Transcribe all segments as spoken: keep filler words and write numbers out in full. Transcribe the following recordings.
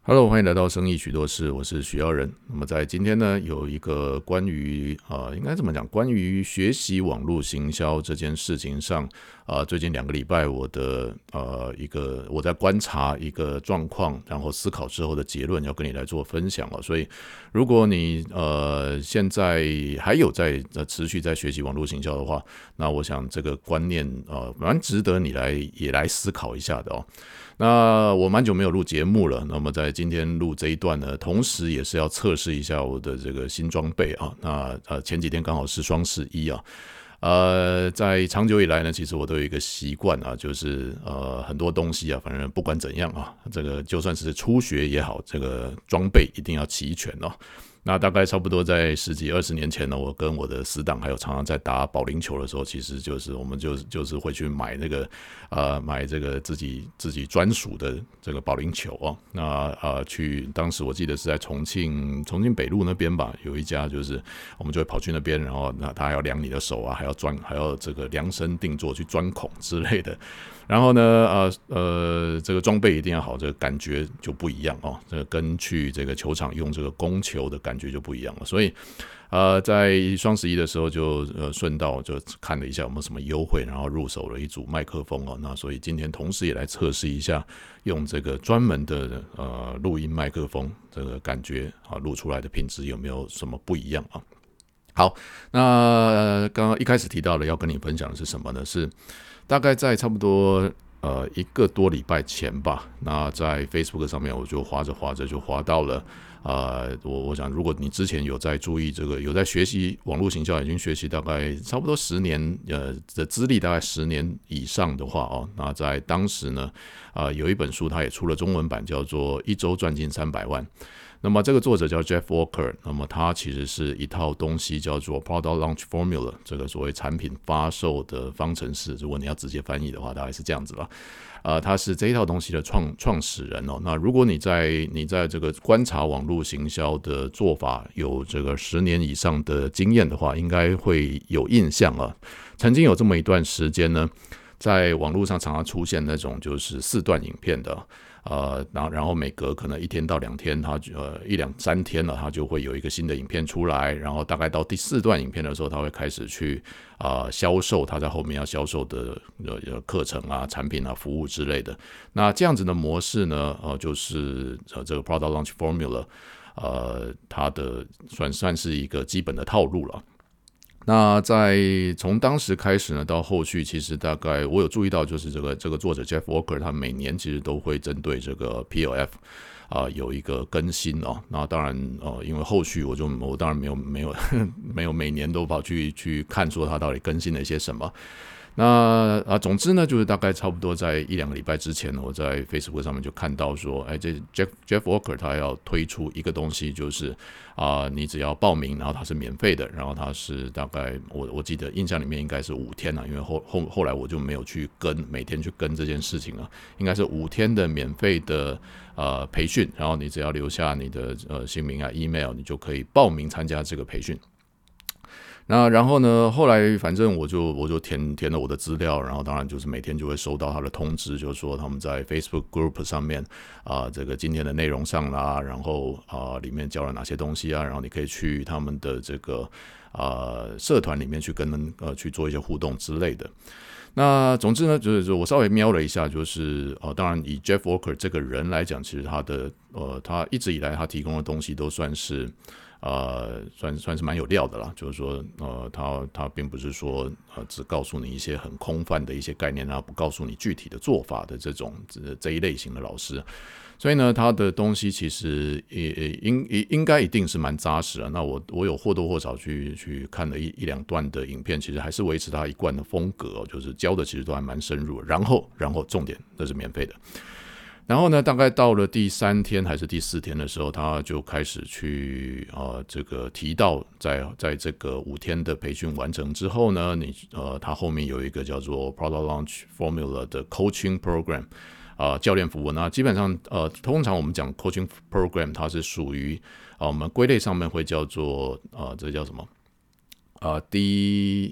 Hello，欢迎来到生意许多事，我是许耀仁。那么在今天呢，有一个关于呃，应该这么讲，关于学习网络行销这件事情上，呃，最近两个礼拜我的呃一个我在观察一个状况，然后思考之后的结论，要跟你来做分享了。所以，如果你呃现在还有在呃持续在学习网络行销的话，那我想这个观念呃蛮值得你来也来思考一下的哦。那我蛮久没有录节目了，那么在今天录这一段呢，同时也是要测试一下我的这个新装备啊。那呃前几天刚好是双十一啊，呃，在长久以来呢，其实我都有一个习惯啊，就是呃很多东西啊，反正不管怎样啊，这个就算是初学也好，这个装备一定要齐全哦。那大概差不多在十几二十年前呢，我跟我的死党还有常常在打保龄球的时候，其实就是我们就就是会去买那个呃买这个自己自己专属的这个保龄球哦。那呃去当时我记得是在重庆重庆北路那边吧，有一家就是我们就会跑去那边，然后那他还要量你的手啊，还要钻还要这个量身定做去钻孔之类的。然后呢，呃呃，这个装备一定要好，这个感觉就不一样哦。这个跟去这个球场用这个公球的感觉就不一样了。所以，呃，在双十一的时候就呃顺道就看了一下有没有什么优惠，然后入手了一组麦克风哦。那所以今天同时也来测试一下，用这个专门的呃录音麦克风，这个感觉啊录出来的品质有没有什么不一样啊？好，那、呃刚刚一开始提到了要跟你分享的是什么呢？是大概在差不多呃一个多礼拜前吧，那在 Facebook 上面我就滑着滑着就滑到了。呃，我我想，如果你之前有在注意这个，有在学习网络行销，已经学习大概差不多十年，呃的资历，大概十年以上的话哦，那在当时呢，啊、呃、有一本书，它也出了中文版，叫做《一周赚进三百万》。那么这个作者叫 Jeff Walker， 那么他其实是一套东西叫做 Product Launch Formula， 这个所谓产品发售的方程式，如果你要直接翻译的话，大概是这样子了。呃，他是这一套东西的创创始人哦。那如果你在你在这个观察网络行销的做法有这个十年以上的经验的话，应该会有印象啊。曾经有这么一段时间呢，在网络上常常出现那种就是四段影片的。呃，然后然后每隔可能一天到两天，它呃一两三天了，它就会有一个新的影片出来，然后大概到第四段影片的时候，它会开始去啊、呃、销售它在后面要销售的呃课程啊、产品啊、服务之类的。那这样子的模式呢，呃，就是呃这个 Product Launch Formula，呃，它的算算是一个基本的套路了。那在从当时开始呢，到后续，其实大概我有注意到，就是这个这个作者 Jeff Walker，他每年其实都会针对这个 P L F 啊、呃、有一个更新哦。那当然呃，因为后续我就我当然没有没有没有每年都跑去去看说他到底更新了一些什么。那啊，总之呢，就是大概差不多在一两个礼拜之前，我在 Facebook 上面就看到说，哎，这 Jeff Jeff Walker 他要推出一个东西，就是啊、呃，你只要报名，然后它是免费的，然后它是大概我我记得印象里面应该是五天了、啊，因为后后后来我就没有去跟每天去跟这件事情了，应该是五天的免费的呃培训，然后你只要留下你的呃姓名啊、email，你就可以报名参加这个培训。那然后呢？后来反正我就我就填填了我的资料，然后当然就是每天就会收到他的通知，就是说他们在 Facebook Group 上面啊、呃，这个今天的内容上啦，然后啊、呃、里面教了哪些东西啊，然后你可以去他们的这个啊、呃、社团里面去跟呃去做一些互动之类的。那总之呢，就是我稍微瞄了一下，就是呃，当然以 Jeff Walker 这个人来讲，其实他的呃，他一直以来他提供的东西都算是。呃，算算是蛮有料的啦，就是说，呃，他他并不是说呃只告诉你一些很空泛的一些概念，然后不告诉你具体的做法的这种这这一类型的老师，所以呢，他的东西其实也也应应该一定是蛮扎实的。那我我有或多或少去去看了一一两段的影片，其实还是维持他一贯的风格、哦，就是教的其实都还蛮深入的。然后然后重点，这是免费的。然后呢，大概到了第三天还是第四天的时候，他就开始去呃这个提到在在这个五天的培训完成之后呢，你呃他后面有一个叫做 Product Launch Formula 的 Coaching Program 啊、呃、教练服务。那基本上呃通常我们讲 Coaching Program， 它是属于啊、呃、我们归类上面会叫做呃这叫什么啊、呃、D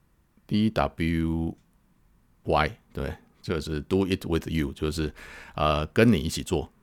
D W Y 对。就是 do it with you， 就是呃跟你一起做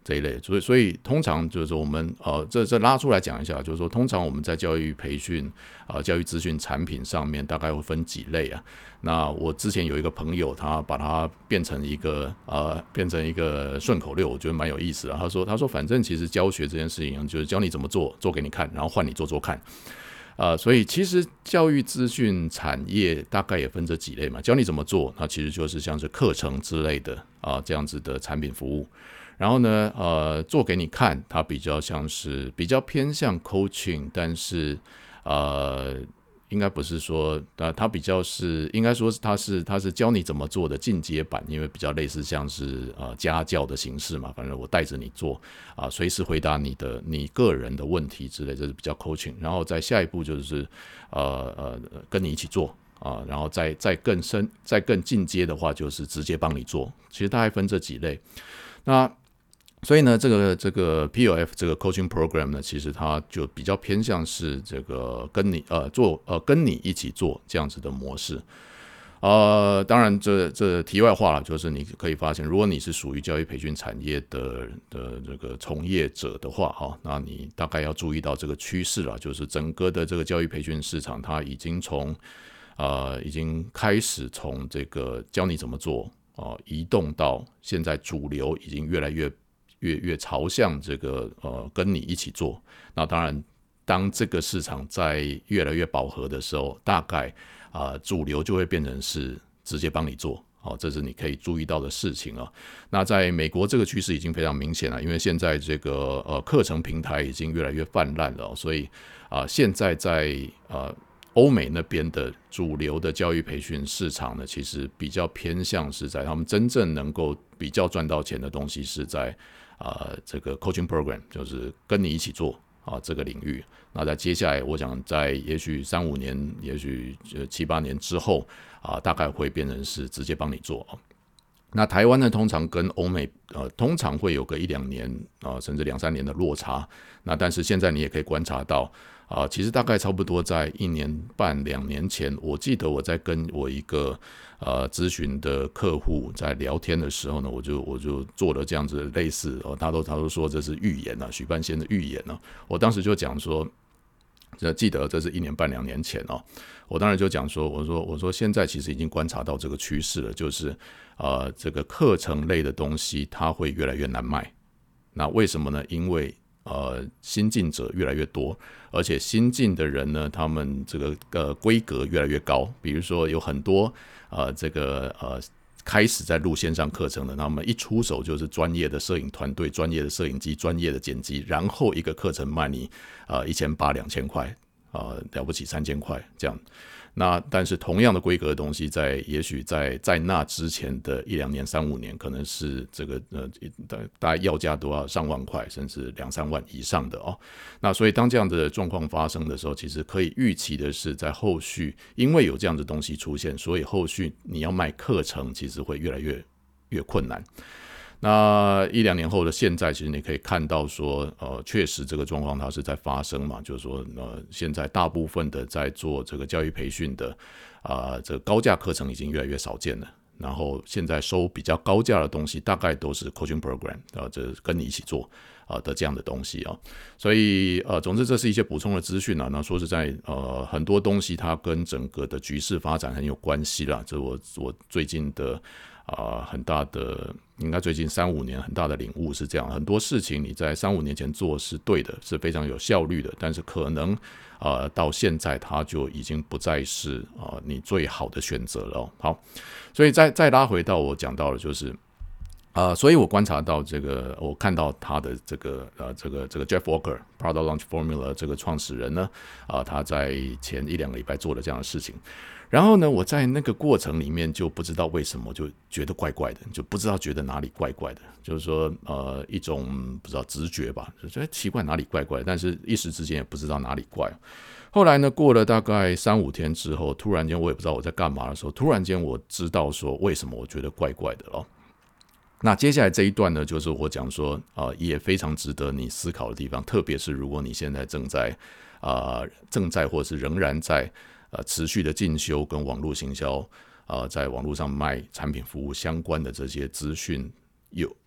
这一类，所以所以通常就是说我们呃这这拉出来讲一下，就是说通常我们在教育培训啊、呃、教育资讯产品上面大概会分几类啊。那我之前有一个朋友，他把它变成一个呃变成一个顺口溜，我觉得蛮有意思的。他说他说反正其实教学这件事情就是教你怎么做，做给你看，然后换你做做看。呃，所以其实教育资讯产业大概也分这几类嘛，教你怎么做，那其实就是像是课程之类的啊、呃、这样子的产品服务。然后呢，呃，做给你看，它比较像是比较偏向 coaching， 但是呃，应该不是说，呃，它比较是应该说是它是它是教你怎么做的进阶版，因为比较类似像是呃家教的形式嘛，反正我带着你做啊，随时回答你的你个人的问题之类，这是比较 coaching。然后再下一步就是呃呃跟你一起做。啊，然后再再更深、再更进阶的话，就是直接帮你做。其实大概分这几类。那所以呢，这个这个 P O F 这个 coaching program 呢，其实它就比较偏向是这个跟你呃做呃跟你一起做这样子的模式。呃，当然这这题外话了，就是你可以发现，如果你是属于教育培训产业的的这个从业者的话，哈，那你大概要注意到这个趋势了，就是整个的这个教育培训市场，它已经从呃，已经开始从这个教你怎么做啊、呃，移动到现在主流已经越来越越越朝向这个呃跟你一起做。那当然，当这个市场在越来越饱和的时候，大概啊、呃、主流就会变成是直接帮你做。哦，这是你可以注意到的事情啊。那在美国这个趋势已经非常明显了，因为现在这个呃课程平台已经越来越泛滥了，所以啊、呃、现在在呃。欧美那边的主流的教育培训市场呢，其实比较偏向是在他们真正能够比较赚到钱的东西是在啊、呃、这个 coaching program， 就是跟你一起做啊这个领域。那在接下来，我想在也许三五年，也许七八年之后啊，大概会变成是直接帮你做啊。那台湾呢，通常跟欧美呃，通常会有个一两年啊、呃，甚至两三年的落差。那但是现在你也可以观察到啊、呃，其实大概差不多在一年半两年前，我记得我在跟我一个呃咨询的客户在聊天的时候呢，我就我就做了这样子类似哦，他都他都说这是预言啊，许半仙的预言啊。我当时就讲说。记得这是一年半两年前哦，我当然就讲说，我说我说现在其实已经观察到这个趋势了，就是呃这个课程类的东西它会越来越难卖。那为什么呢？因为呃新进者越来越多，而且新进的人呢，他们这个呃规格越来越高。比如说有很多呃这个呃。开始在录线上课程的，他们一出手就是专业的摄影团队、专业的摄影机、专业的剪辑，然后一个课程卖你呃一千八两千块，呃了不起三千块这样。那但是同样的规格的东西在，在也许在在那之前的一两年、三五年，可能是这个呃大概要价都要上万块，甚至两三万以上的哦。那所以当这样的状况发生的时候，其实可以预期的是，在后续因为有这样的东西出现，所以后续你要卖课程，其实会越来越越困难。那一两年后的现在，其实你可以看到说，呃，确实这个状况它是在发生嘛，就是说，呃，现在大部分的在做这个教育培训的，啊、呃，这个高价课程已经越来越少见了。然后现在收比较高价的东西，大概都是 coaching program， 啊、呃，这跟你一起做啊、呃、的这样的东西啊。所以呃，总之这是一些补充的资讯啊。那说实在，呃，很多东西它跟整个的局势发展很有关系啦。这我我最近的。啊、呃，很大的，应该最近三五年很大的领悟是这样，很多事情你在三五年前做是对的，是非常有效率的，但是可能呃到现在它就已经不再是啊、呃、你最好的选择了、哦。好，所以再再拉回到我讲到的就是。呃，所以我观察到这个，我看到他的这个呃，这个这个 Jeff Walker Product Launch Formula 这个创始人呢，啊、呃，他在前一两个礼拜做了这样的事情，然后呢，我在那个过程里面就不知道为什么就觉得怪怪的，就不知道觉得哪里怪怪的，就是说呃一种不知道直觉吧，就觉得奇怪哪里怪怪的，但是一时之间也不知道哪里怪。后来呢，过了大概三五天之后，突然间我也不知道我在干嘛的时候，突然间我知道说为什么我觉得怪怪的了。那接下来这一段呢，就是我讲说，呃，也非常值得你思考的地方，特别是如果你现在正在，呃，正在或是仍然在，呃，持续的进修跟网络行销，呃，在网络上卖产品服务相关的这些资讯，有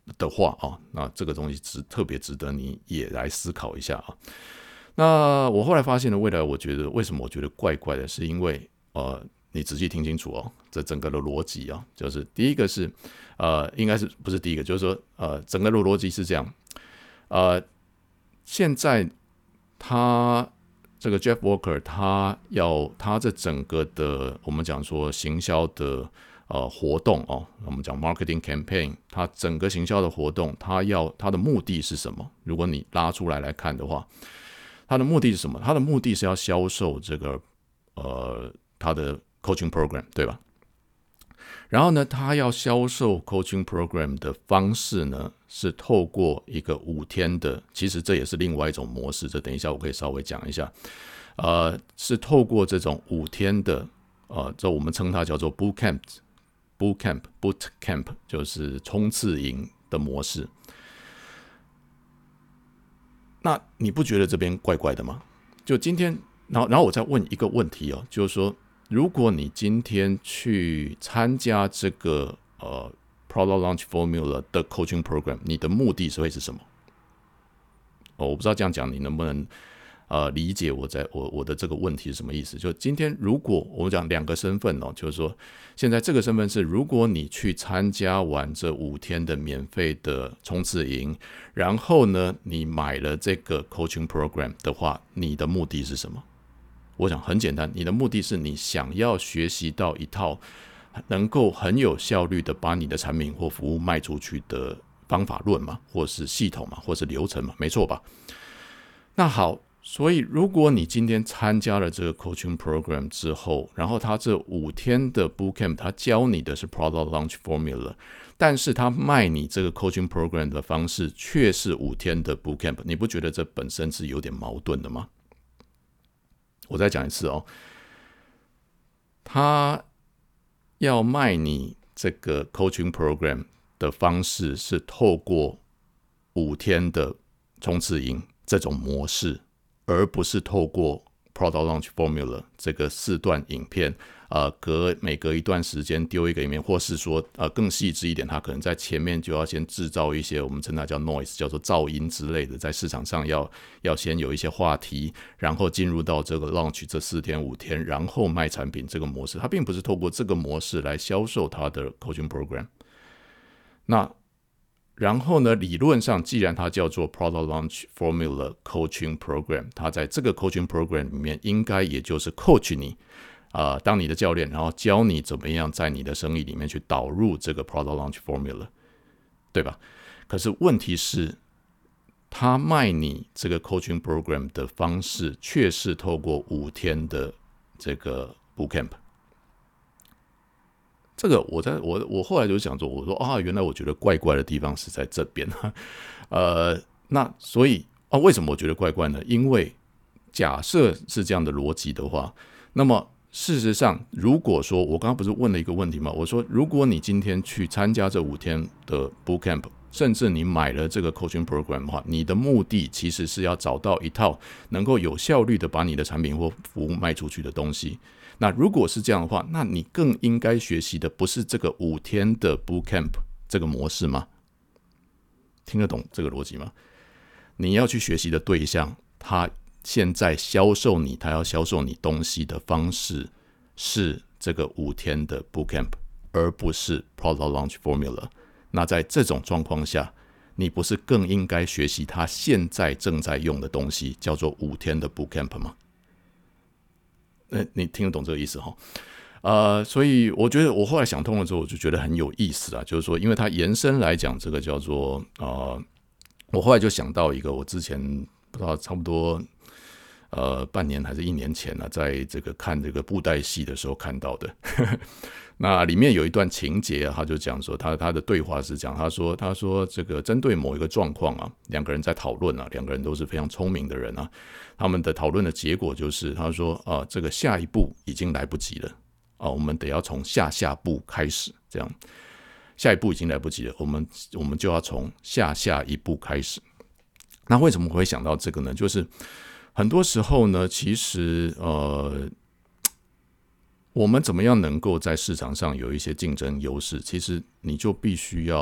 的话啊，那这个东西值特别值得你也来思考一下啊。那我后来发现呢，未来我觉得为什么我觉得怪怪的，是因为呃，你仔细听清楚哦，这整个的逻辑啊，就是第一个是呃，应该是不是第一个，就是说呃，整个的逻辑是这样，呃，现在他这个 Jeff Walker 他要他这整个的我们讲说行销的呃活动哦，我们讲 marketing campaign， 他整个行销的活动，他要他的目的是什么？如果你拉出来来看的话。他的目的是什么？他的目的是要销售这个呃他的 coaching program， 对吧？然后呢，他要销售 coaching program 的方式呢，是透过一个五天的，其实这也是另外一种模式，这等一下我可以稍微讲一下。呃，是透过这种五天的，呃，这我们称它叫做 boot camp，boot camp，boot camp 就是冲刺营的模式。那你不觉得这边怪怪的吗？就今天，然后然后我再问一个问题哦，就是说，如果你今天去参加这个呃 Product Launch Formula 的 Coaching Program， 你的目的是会是什么？哦，我不知道这样讲你能不能呃理解我在我我的这个问题是什么意思？就今天如果我们讲两个身份哦，就是说现在这个身份是，如果你去参加完这五天的免费的冲刺营，然后呢你买了这个 coaching program 的话，你的目的是什么？我想很简单，你的目的是你想要学习到一套能够很有效率的把你的产品或服务卖出去的方法论嘛，或是系统嘛，或是流程嘛，没错吧？那好，所以如果你今天参加了这个 coaching program 之后，然后他这五天的 bootcamp， 他教你的是 product launch formula， 但是他卖你这个 coaching program 的方式却是五天的 bootcamp， 你不觉得这本身是有点矛盾的吗？我再讲一次哦，他要卖你这个 coaching program 的方式是透过五天的冲刺营这种模式，而不是透过 Product Launch Formula 这个四段影片，呃，隔每隔一段时间丢一个影片，或是说呃更细致一点，它可能在前面就要先制造一些我们称它叫 noise， 叫做噪音之类的，在市场上要要先有一些话题，然后进入到这个 launch 这四天五天，然后卖产品这个模式，它并不是透过这个模式来销售它的 coaching program。那然后呢，理论上既然它叫做 Product Launch Formula Coaching Program， 它在这个 Coaching Program 里面应该也就是 coach 你、呃、当你的教练，然后教你怎么样在你的生意里面去导入这个 Product Launch Formula， 对吧？可是问题是他卖你这个 Coaching Program 的方式却是透过五天的这个 Bootcamp。这个我在我我后来就想说，我说啊，原来我觉得怪怪的地方是在这边，呃，那所以啊，为什么我觉得怪怪呢？因为假设是这样的逻辑的话，那么事实上，如果说我刚刚不是问了一个问题吗？我说，如果你今天去参加这五天的 bootcamp， 甚至你买了这个 coaching program 的话，你的目的其实是要找到一套能够有效率的把你的产品或服务卖出去的东西。那如果是这样的话，那你更应该学习的不是这个五天的 bootcamp 这个模式吗？听得懂这个逻辑吗？你要去学习的对象，他现在销售你，他要销售你东西的方式是这个五天的 bootcamp， 而不是 product launch formula。那在这种状况下，你不是更应该学习他现在正在用的东西，叫做五天的 bootcamp 吗？你听得懂这个意思哈？呃，所以我觉得我后来想通了之后，我就觉得很有意思啊。就是说，因为它延伸来讲，这个叫做呃，我后来就想到一个，我之前不知道差不多呃半年还是一年前呢、啊，在这个看这个布袋戏的时候看到的。那里面有一段情节啊，他就讲说，他他的对话是讲，他说他说这个针对某一个状况啊，两个人在讨论啊，两个人都是非常聪明的人啊，他们的讨论的结果就是，他说啊，这个下一步已经来不及了啊，我们得要从下下步开始，这样下一步已经来不及了，我们我们就要从下下一步开始。那为什么我会想到这个呢？就是很多时候呢，其实呃。我们怎么样能够在市场上有一些竞争优势？其实你就必须要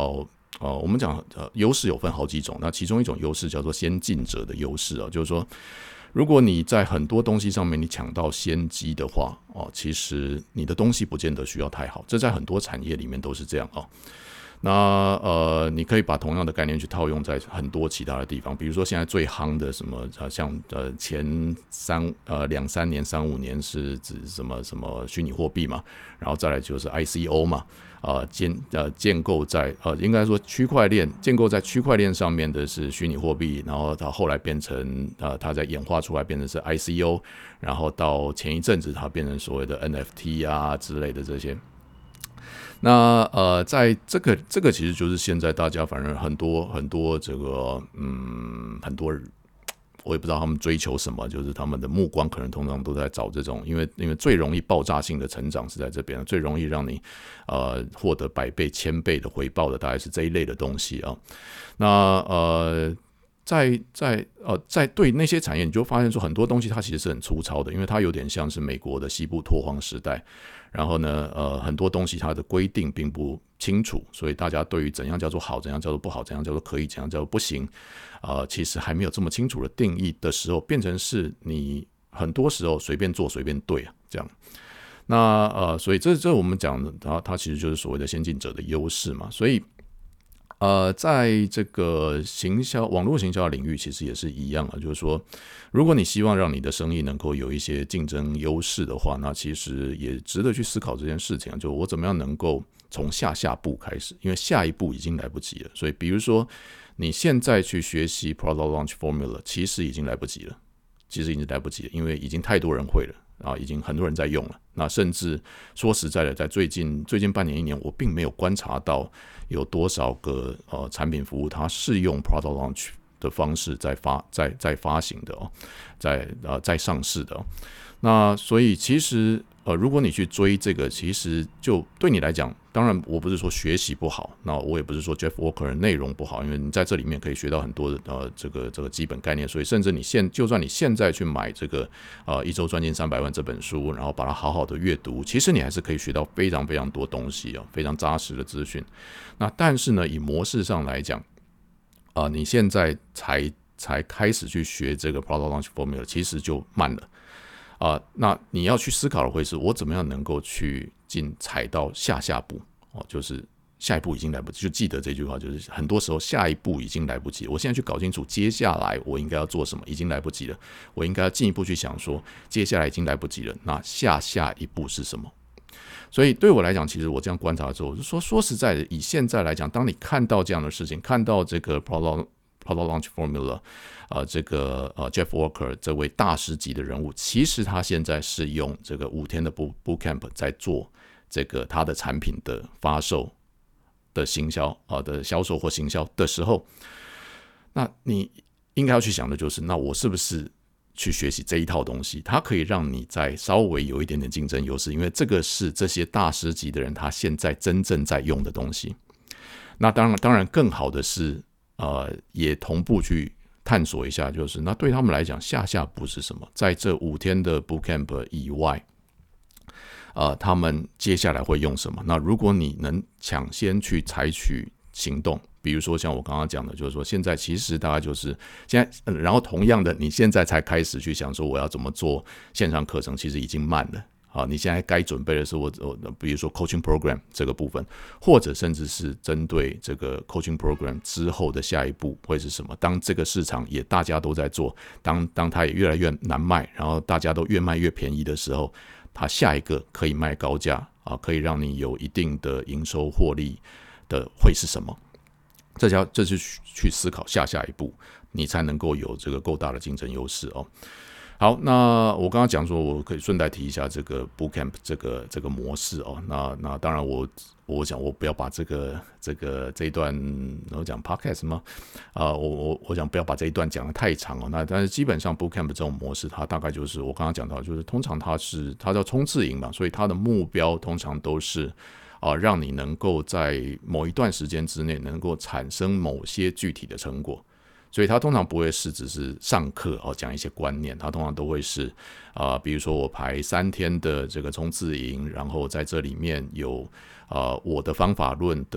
呃，我们讲呃优势有分好几种，那其中一种优势叫做先进者的优势啊，就是说，如果你在很多东西上面你抢到先机的话，哦，其实你的东西不见得需要太好，这在很多产业里面都是这样哦。那呃，你可以把同样的概念去套用在很多其他的地方，比如说现在最夯的什么，呃，像呃前三呃两三年、三五年是指什么什么虚拟货币嘛，然后再来就是 I C O 嘛，呃建呃建构在呃应该说区块链建构在区块链上面的是虚拟货币，然后它后来变成呃它在演化出来变成是 I C O， 然后到前一阵子它变成所谓的 N F T 啊之类的这些。那呃，在这个这个其实就是现在大家反正很多很多这个嗯很多我也不知道他们追求什么，就是他们的目光可能通常都在找这种，因为因为最容易爆炸性的成长是在这边，最容易让你呃获得百倍千倍的回报的大概是这一类的东西啊。那呃。在在呃在对那些产业，你就发现说很多东西它其实是很粗糙的，因为它有点像是美国的西部拓荒时代。然后呢，呃，很多东西它的规定并不清楚，所以大家对于怎样叫做好，怎样叫做不好，怎样叫做可以，怎样叫做不行，呃，其实还没有这么清楚的定义的时候，变成是你很多时候随便做随便对啊，这样。那呃，所以这这我们讲的，它它其实就是所谓的先进者的优势嘛，所以。呃，在这个行销、网络行销的领域，其实也是一样的，就是说，如果你希望让你的生意能够有一些竞争优势的话，那其实也值得去思考这件事情，就我怎么样能够从下下步开始，因为下一步已经来不及了。所以，比如说你现在去学习 Product Launch Formula， 其实已经来不及了，其实已经来不及了，因为已经太多人会了。啊，已经很多人在用了。那甚至说实在的，在最近最近半年一年，我并没有观察到有多少个呃产品服务它是用 Product Launch 的方式在发在在发行的哦，在呃在上市的哦。那所以其实呃，如果你去追这个，其实就对你来讲，当然我不是说学习不好，那我也不是说 Jeff Walker 的内容不好，因为你在这里面可以学到很多的呃这个这个基本概念，所以甚至你现就算你现在去买这个呃一周赚进三百万这本书，然后把它好好的阅读，其实你还是可以学到非常非常多东西哦，非常扎实的资讯。那但是呢，以模式上来讲，啊、呃，你现在才才开始去学这个 Product Launch Formula， 其实就慢了。啊、呃，那你要去思考的会是，我怎么样能够去进踩到下下步哦，就是下一步已经来不及，就记得这句话，就是很多时候下一步已经来不及。我现在去搞清楚接下来我应该要做什么，已经来不及了。我应该要进一步去想说，接下来已经来不及了，那下下一步是什么？所以对我来讲，其实我这样观察之后，就说说实在的，以现在来讲，当你看到这样的事情，看到这个 Product Product Launch Formula。呃，这个呃 Jeff Walker 这位大师级的人物，其实他现在是用这个五天的 Bootcamp 在做这个他的产品的发售的行销啊、呃、的销售或行销的时候，那你应该要去想的就是，那我是不是去学习这一套东西？它可以让你在稍微有一点点竞争优势，因为这个是这些大师级的人他现在真正在用的东西。那当然，当然更好的是，呃，也同步去。探索一下，就是那对他们来讲，下下步是什么？在这五天的 Bootcamp 以外，呃，他们接下来会用什么？那如果你能抢先去采取行动，比如说像我刚刚讲的，就是说现在其实大概就是现在、呃，然后同样的，你现在才开始去想说我要怎么做线上课程，其实已经慢了。好，你现在该准备的是我，我比如说 coaching program 这个部分，或者甚至是针对这个 coaching program 之后的下一步会是什么？当这个市场也大家都在做，当当它也越来越难卖，然后大家都越卖越便宜的时候，它下一个可以卖高价啊，可以让你有一定的营收获利的会是什么？这叫这是去思考下下一步，你才能够有这个够大的竞争优势哦。好，那我刚刚讲说，我可以顺带提一下这个 Bootcamp 这个这个模式哦。那那当然我，我我想我不要把这个这个这一段我讲 Podcast 吗？啊、呃，我我我想不要把这一段讲得太长哦。那但是基本上 Bootcamp 这种模式，它大概就是我刚刚讲到，就是通常它是它叫冲刺营嘛，所以它的目标通常都是啊、呃，让你能够在某一段时间之内能够产生某些具体的成果。所以它通常不会是只是上课哦，讲一些观念，它通常都会是啊、呃，比如说我排三天的这个冲刺营，然后在这里面有呃我的方法论的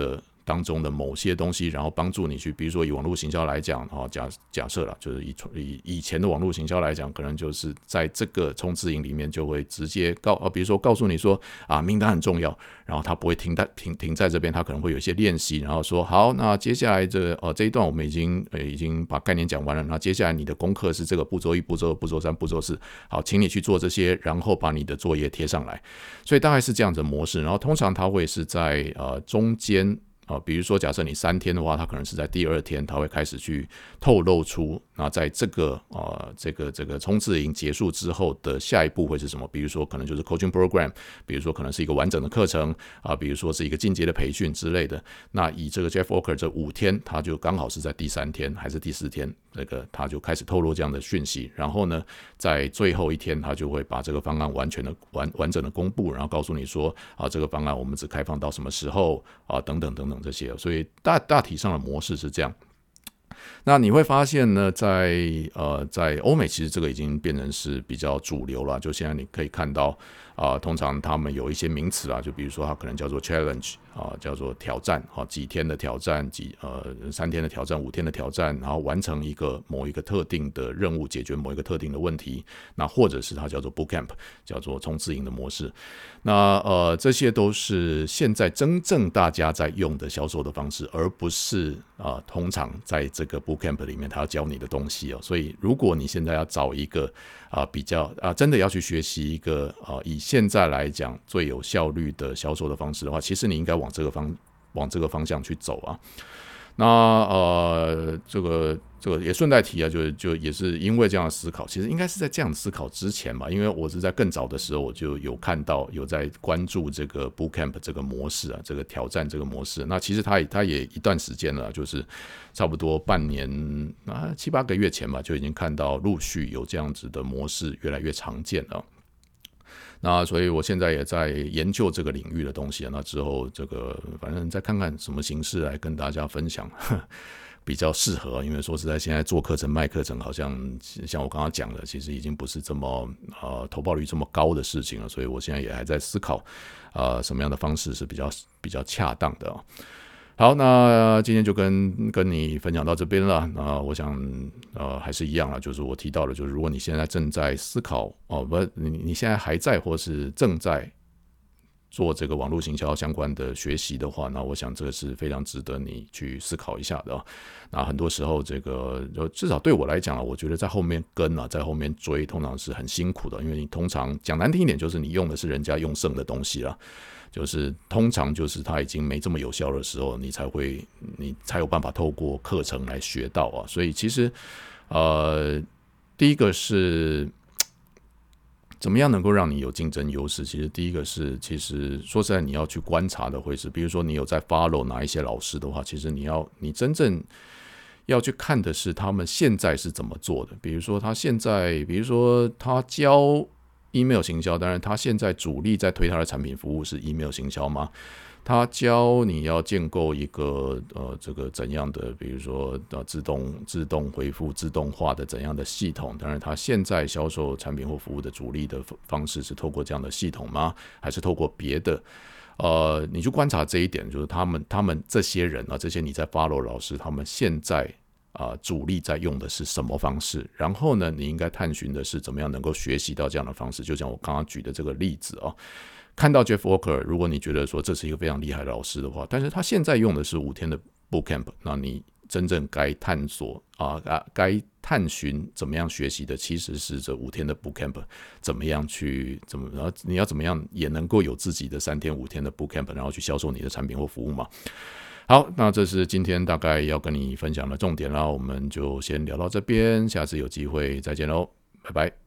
当中的某些东西，然后帮助你去，比如说以网络行销来讲，哦、假假设啦，就是以以以前的网络行销来讲，可能就是在这个冲刺营里面就会直接告，呃、比如说告诉你说啊，名单很重要，然后他不会停在停停在这边，他可能会有一些练习，然后说好，那接下来这个呃这一段我们已经呃已经把概念讲完了，那接下来你的功课是这个步骤一、步骤二、步骤三、步骤四，好，请你去做这些，然后把你的作业贴上来，所以大概是这样子的模式，然后通常他会是在呃中间。啊，比如说，假设你三天的话，他可能是在第二天，他会开始去透露出，那在这个呃这个这个冲刺营结束之后的下一步会是什么？比如说，可能就是 coaching program， 比如说可能是一个完整的课程啊，比如说是一个进阶的培训之类的。那以这个 Jeff Walker 这五天，他就刚好是在第三天还是第四天，这个他就开始透露这样的讯息。然后呢，在最后一天，他就会把这个方案完全的完完整的公布，然后告诉你说啊，这个方案我们只开放到什么时候啊，等等等等。这些，所以大大体上的模式是这样。那你会发现呢，在呃在欧美，其实这个已经变成是比较主流了。就现在你可以看到啊、呃，通常他们有一些名词啊，就比如说它可能叫做 challenge 啊，叫做挑战啊，几天的挑战，几呃三天的挑战，五天的挑战，然后完成一个某一个特定的任务，解决某一个特定的问题。那或者是它叫做 bootcamp， 叫做冲刺营的模式。那呃这些都是现在真正大家在用的销售的方式，而不是啊、呃、通常在这个 bootcamp 里面他要教你的东西哦。所以如果你现在要找一个啊、呃、比较啊、呃、真的要去学习一个啊、呃、以现在来讲最有效率的销售的方式的话，其实你应该往这个方往这个方向去走啊。那呃，这个这个也顺带提啊，就就也是因为这样的思考，其实应该是在这样的思考之前吧，因为我是在更早的时候我就有看到有在关注这个 bootcamp 这个模式啊，这个挑战这个模式。那其实它也它也一段时间了，就是差不多半年啊七八个月前吧，就已经看到陆续有这样子的模式越来越常见了。那所以我现在也在研究这个领域的东西，那之后这个反正再看看什么形式来跟大家分享比较适合，因为说实在现在做课程卖课程好像像我刚刚讲的，其实已经不是这么呃投报率这么高的事情了，所以我现在也还在思考呃什么样的方式是比较比较恰当的、哦。好，那今天就跟跟你分享到这边了。那我想，呃，还是一样了，就是我提到的，就是如果你现在正在思考，哦，不，你你现在还在或是正在做这个网络行销相关的学习的话，那我想这个是非常值得你去思考一下的、哦。那很多时候，这个至少对我来讲，我觉得在后面跟啊，在后面追，通常是很辛苦的，因为你通常讲难听一点，就是你用的是人家用剩的东西了。就是通常就是它已经没这么有效的时候，你才会你才有办法透过课程来学到啊。所以其实呃，第一个是怎么样能够让你有竞争优势？其实第一个是，其实说实在，你要去观察的会是，比如说你有在 follow 哪一些老师的话，其实你要你真正要去看的是他们现在是怎么做的。比如说他现在，比如说他教email 行销，当然他现在主力在推他的产品服务是 email 行销吗？他教你要建构一个呃这个怎样的，比如说呃自动自动回复自动化的怎样的系统？当然他现在销售产品或服务的主力的方式是透过这样的系统吗？还是透过别的？呃，你去观察这一点，就是他们他们这些人啊，这些你在 follow 老师，他们现在啊、呃，主力在用的是什么方式？然后呢，你应该探寻的是怎么样能够学习到这样的方式。就像我刚刚举的这个例子啊、哦，看到 Jeff Walker， 如果你觉得说这是一个非常厉害的老师的话，但是他现在用的是五天的 bootcamp， 那你真正该探索啊，该探寻怎么样学习的，其实是这五天的 bootcamp， 怎么样去怎么，然后你要怎么样也能够有自己的三天五天的 bootcamp， 然后去销售你的产品或服务嘛。好，那这是今天大概要跟你分享的重点啦，我们就先聊到这边，下次有机会再见喽，拜拜。